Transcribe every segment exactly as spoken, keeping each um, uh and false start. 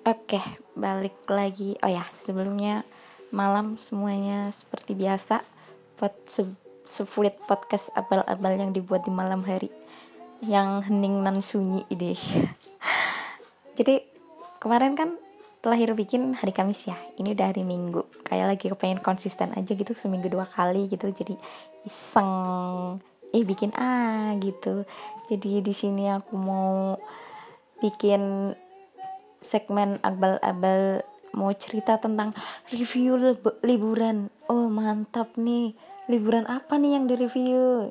Oke, balik lagi. Oh ya, sebelumnya malam semuanya seperti biasa. Pod se- Sefulit podcast abal-abal yang dibuat di malam hari, yang hening nan sunyi ide. Jadi kemarin kan terakhir bikin hari Kamis ya. Ini udah hari Minggu. Kayak lagi kepengen konsisten aja gitu, seminggu dua kali gitu. Jadi iseng eh bikin ah gitu. Jadi di sini aku mau bikin segmen abal-abal, mau cerita tentang review lib- liburan. Oh mantap nih, liburan apa nih yang direview?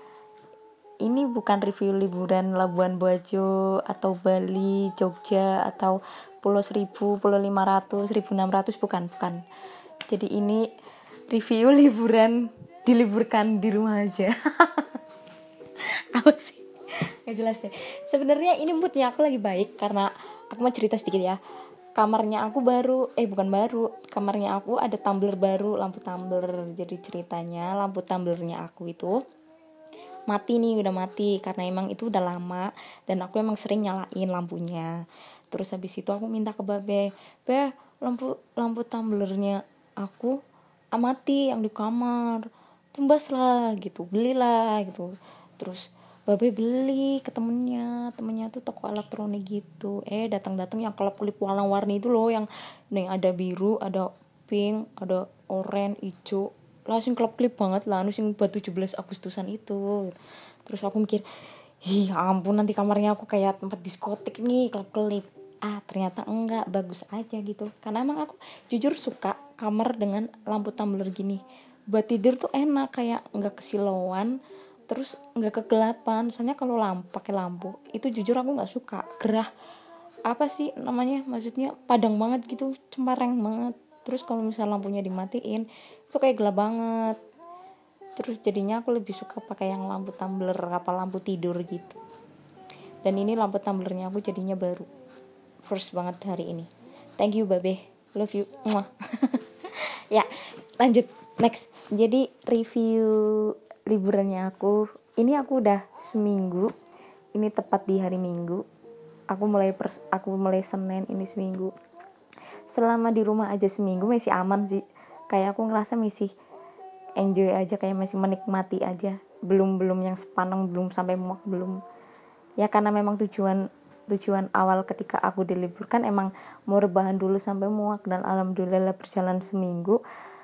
Ini bukan review liburan Labuan Bajo atau Bali, Jogja atau Pulau Seribu, Pulau Lima Ratus, Seribu Enam Ratus, bukan, bukan. Jadi ini review liburan diliburkan di rumah aja. Apa sih? Gak jelas deh. Sebenarnya ini moodnya aku lagi baik karena aku mau cerita sedikit ya. Kamarnya aku baru, eh bukan baru, kamarnya aku ada tumbler baru, lampu tumbler. Jadi ceritanya lampu tumblernya aku itu mati nih, udah mati karena emang itu udah lama dan aku emang sering nyalain lampunya. Terus habis itu aku minta ke babe, "Be, lampu lampu tumblernya aku mati yang di kamar. Tumbas lah gitu, belilah gitu." Terus babe beli ke temennya, temennya tuh toko elektronik gitu. Eh datang-datang yang kelap-kelip warna-warni itu loh, yang nih ada biru, ada pink, ada oranye, hijau, langsung kelap-kelip banget lah, langsung buat tujuh belas Agustusan itu. Terus aku mikir, ih ampun nanti kamarnya aku kayak tempat diskotik nih, kelap-kelip. Ah ternyata enggak, bagus aja gitu. Karena emang aku jujur suka kamar dengan lampu tumbler gini. Buat tidur tuh enak, kayak enggak kesilauan, terus nggak kegelapan. Soalnya kalau lampu pakai lampu itu jujur aku nggak suka, gerah, apa sih namanya, maksudnya padang banget gitu, cempareng banget. Terus kalau misalnya lampunya dimatiin itu kayak gelap banget. Terus jadinya aku lebih suka pakai yang lampu tumbler, apa lampu tidur gitu. Dan ini lampu tumblernya aku jadinya baru, first banget hari ini. Thank you babe, love you. Ya lanjut, next. Jadi review liburannya aku, ini aku udah seminggu, ini tepat di hari Minggu. Aku mulai pers, aku mulai Senin, ini seminggu. Selama di rumah aja seminggu masih aman sih. Kayak aku ngerasa masih enjoy aja, kayak masih menikmati aja. Belum belum yang sepaneng, belum sampai muak, belum. Ya karena memang tujuan tujuan awal ketika aku diliburkan emang mau rebahan dulu sampai muak, dan alhamdulillah berjalan seminggu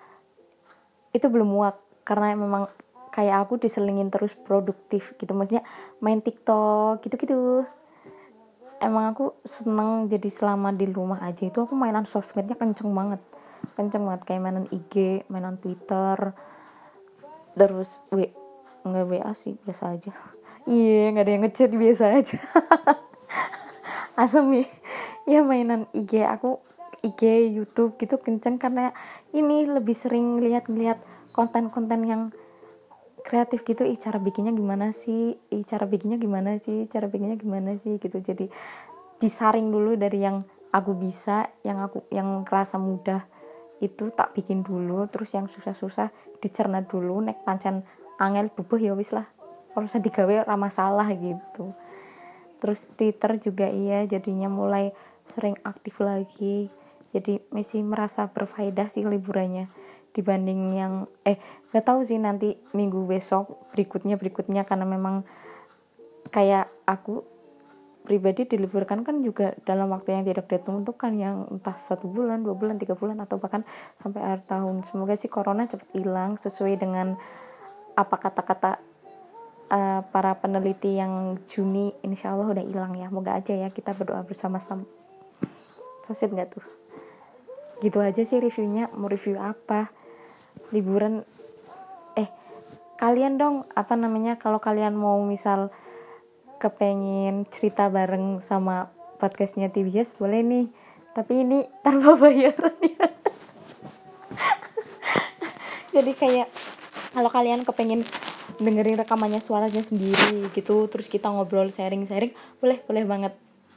itu belum muak karena memang kayak aku diselingin terus produktif gitu, maksudnya main TikTok gitu-gitu. Emang aku seneng, jadi selama di rumah aja itu aku mainan sosmednya kenceng banget kenceng banget kayak mainan I G, mainan Twitter, terus W nggak W A sih, biasa aja. Iya nggak ada yang ngechat, biasa aja. Asem ya, mainan I G aku, I G, YouTube gitu kenceng karena ini lebih sering lihat-lihat konten-konten yang kreatif gitu. Ih cara bikinnya gimana sih, ih cara bikinnya gimana sih, cara bikinnya gimana sih gitu. Jadi disaring dulu dari yang aku bisa, yang aku yang kerasa mudah itu tak bikin dulu, terus yang susah-susah dicerna dulu, nek pancen angel bubuh ya wis lah, kalau usah digawe ora masalah gitu. Terus Twitter juga iya, jadinya mulai sering aktif lagi. Jadi masih merasa berfaedah sih liburannya dibanding yang eh gak tahu sih nanti minggu besok berikutnya berikutnya karena memang kayak aku pribadi diliburkan kan juga dalam waktu yang tidak ditentukan, yang entah satu bulan, dua bulan, tiga bulan, atau bahkan sampai akhir tahun. Semoga sih corona cepat hilang sesuai dengan apa kata-kata uh, para peneliti yang Juni insya Allah udah hilang ya. Moga aja ya, kita berdoa bersama-sama. Sosit nggak tuh? Gitu aja sih reviewnya. Mau review apa? Liburan. Eh kalian dong, apa namanya, kalau kalian mau misal kepengen cerita bareng sama podcastnya T B S boleh nih, tapi ini tanpa bayaran ya. Jadi kayak kalau kalian kepengen dengerin rekamannya suaranya sendiri gitu, terus kita ngobrol sharing-sharing, boleh boleh banget.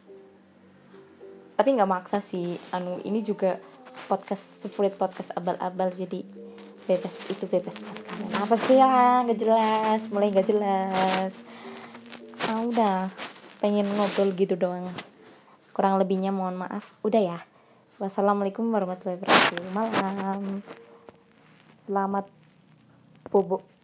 Tapi nggak maksa sih, anu ini juga podcast sefulit podcast abal-abal, jadi bebas, itu bebas buat kalian. Apa sih ya nggak jelas, mulai nggak jelas. Ah udah pengen ngobrol gitu doang. Kurang lebihnya mohon maaf. Udah ya. Wassalamualaikum warahmatullahi wabarakatuh. Malam. Selamat bobo.